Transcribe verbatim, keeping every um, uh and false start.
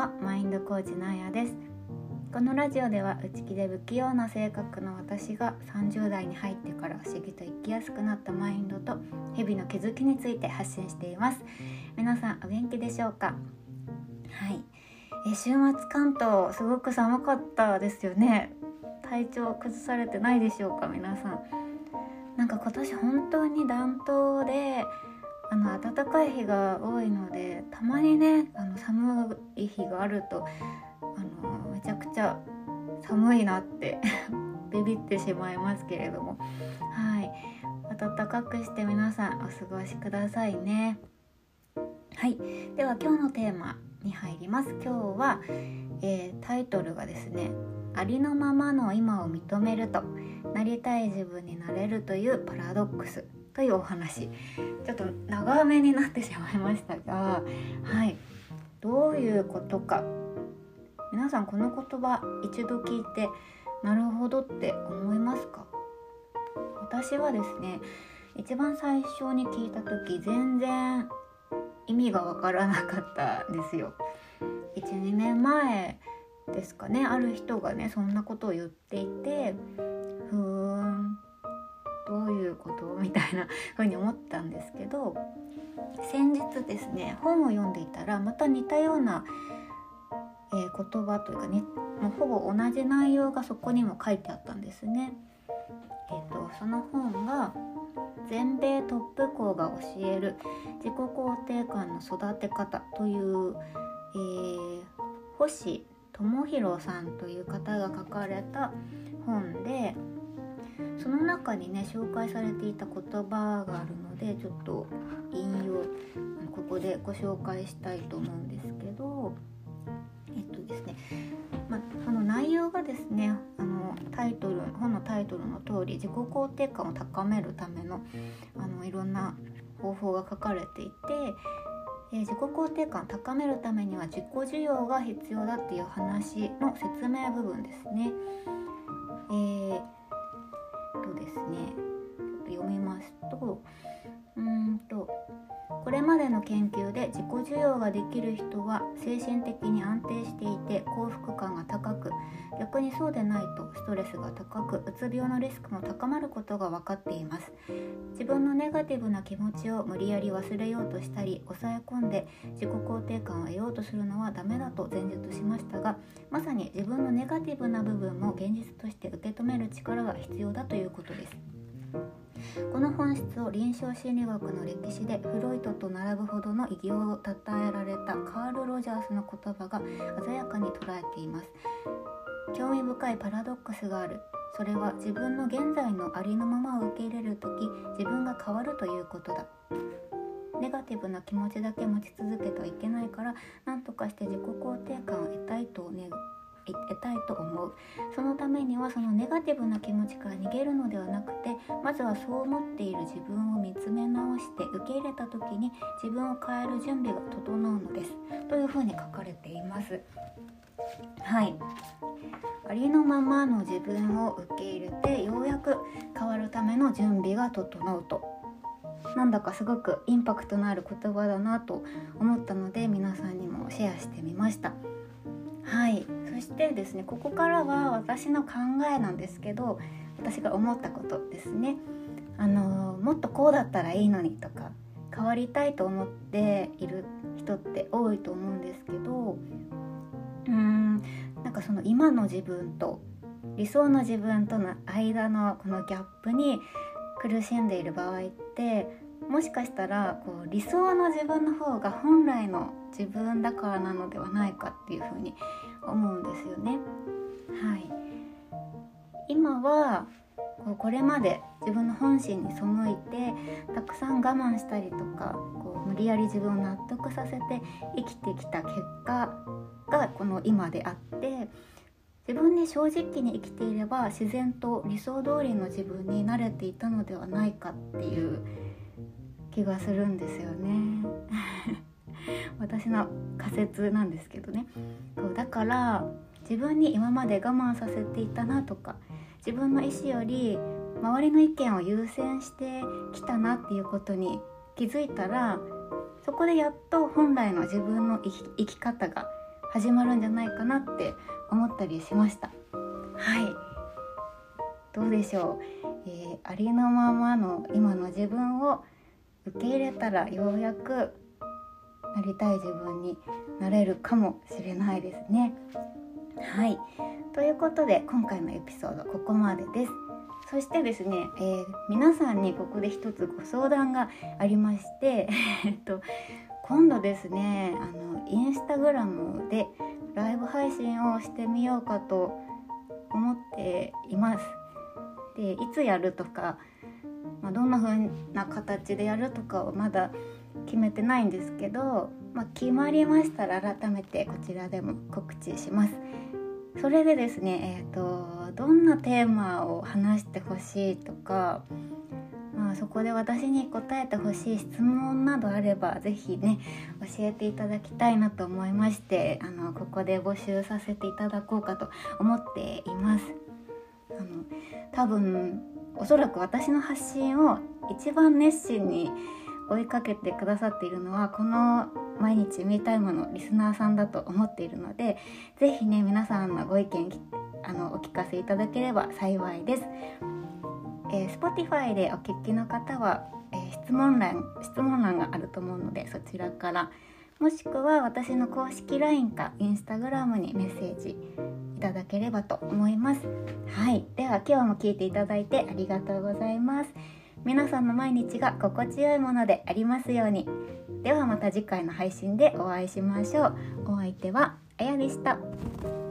は、マインドコーチのあやです。このラジオでは内気で不器用な性格の私がさんじゅう代に入ってから不思議と生きやすくなったマインドと日々の気づきについて発信しています。皆さんお元気でしょうか？はい、え週末関東すごく寒かったですよね。体調崩されてないでしょうか皆さん。なんか今年本当に暖冬であの暖かい日が多いので、たまにねあの寒い日があるとあのめちゃくちゃ寒いなってビビってしまいますけれども、はい、暖かくして皆さんお過ごしくださいね。はい、では今日のテーマに入ります。今日は、えー、タイトルがですね、ありのままの今を認めるとなりたい自分になれるというパラドックスというお話。ちょっと長めになってしまいましたが、はい、どういうことか、皆さんこの言葉一度聞いてなるほどって思いますか？私はですね、一番最初に聞いた時全然意味がわからなかったんですよ。 いちにねんまえですかね、ある人がねそんなことを言っていて、ふーんどういうことみたいな風に思ったんですけど、先日ですね本を読んでいたらまた似たような、えー、言葉というかね、もうほぼ同じ内容がそこにも書いてあったんですね。えーと、その本が全米トップ校が教える自己肯定感の育て方という、えー、星智博さんという方が書かれた本で、その中にね紹介されていた言葉があるので、ちょっと引用ここでご紹介したいと思うんですけど、えっとですね、まあ、その内容がですね、あのタイトル本のタイトルの通り自己肯定感を高めるためのあのいろんな方法が書かれていて、えー、自己肯定感を高めるためには自己需要が必要だっていう話の説明部分ですね。えーとですね、ちょっと読みますと、うーんとこれまでの研究で自己需要ができる人は精神的に安定していて幸福感が高く、逆にそうでないとストレスが高く、うつ病のリスクも高まることが分かっています。自分のネガティブな気持ちを無理やり忘れようとしたり抑え込んで自己肯定感を得ようとするのはダメだと前述しましたが、まさに自分のネガティブな部分も現実として受け止める力が必要だということです。この本質を臨床心理学の歴史でフロイトと並ぶほどの偉業を称えられたカール・ロジャースの言葉が鮮やかに捉えています。興味深いパラドックスがある。それは自分の現在のありのままを受け入れるとき自分が変わるということだ。ネガティブな気持ちだけ持ち続けてはいけないから、何とかして自己肯定感を得たいと願う得たいと思う。そのためにはそのネガティブな気持ちから逃げるのではなくて、まずはそう思っている自分を見つめ直して受け入れた時に自分を変える準備が整うのですというふうに書かれています。はい、ありのままの自分を受け入れてようやく変わるための準備が整うと、なんだかすごくインパクトのある言葉だなと思ったので皆さんにもシェアしてみました。はい、そしてですね、ここからは私の考えなんですけど、私が思ったことですね。あのもっとこうだったらいいのにとか、変わりたいと思っている人って多いと思うんですけど、うーんなんかその今の自分と理想の自分との間のこのギャップに苦しんでいる場合って、もしかしたらこう理想の自分の方が本来の自分だからなのではないかっていうふうに思うんですよね。はい、今はこうこれまで自分の本心に背いてたくさん我慢したりとか、こう無理やり自分を納得させて生きてきた結果がこの今であって、自分に正直に生きていれば自然と理想通りの自分になれていたのではないかっていう気がするんですよね私の仮説なんですけどね。そうだから自分に今まで我慢させていたなとか、自分の意思より周りの意見を優先してきたなっていうことに気づいたら、そこでやっと本来の自分の生き、生き方が始まるんじゃないかなって思ったりしました。はい、どうでしょう、えー、ありのままの今の自分を受け入れたらようやくなりたい自分になれるかもしれないですね。はい、ということで今回のエピソードここまでです。そしてですね、えー、皆さんにここで一つご相談がありましてえっと今度ですね、あのインスタグラムでライブ配信をしてみようかと思っています。で、いつやるとか、まあ、どんな風な形でやるとかはまだ決めてないんですけど、まあ、決まりましたら改めてこちらでも告知します。それでですね、えーと、どんなテーマを話してほしいとか、まあ、そこで私に答えてほしい質問などあればぜひね教えていただきたいなと思いまして、あのここで募集させていただこうかと思っています。あの多分おそらく私の発信を一番熱心に追いかけてくださっているのはこの毎日ミータイムのリスナーさんだと思っているので、ぜひね皆さんのご意見あのお聞かせいただければ幸いです。えー、Spotify でお聞きの方は、えー、質問欄質問欄があると思うのでそちらから、もしくは私の公式 ライン か Instagram にメッセージいただければと思います。はい、では今日も聞いていただいてありがとうございます。皆さんの毎日が心地よいものでありますように。ではまた次回の配信でお会いしましょう。お相手はあやでした。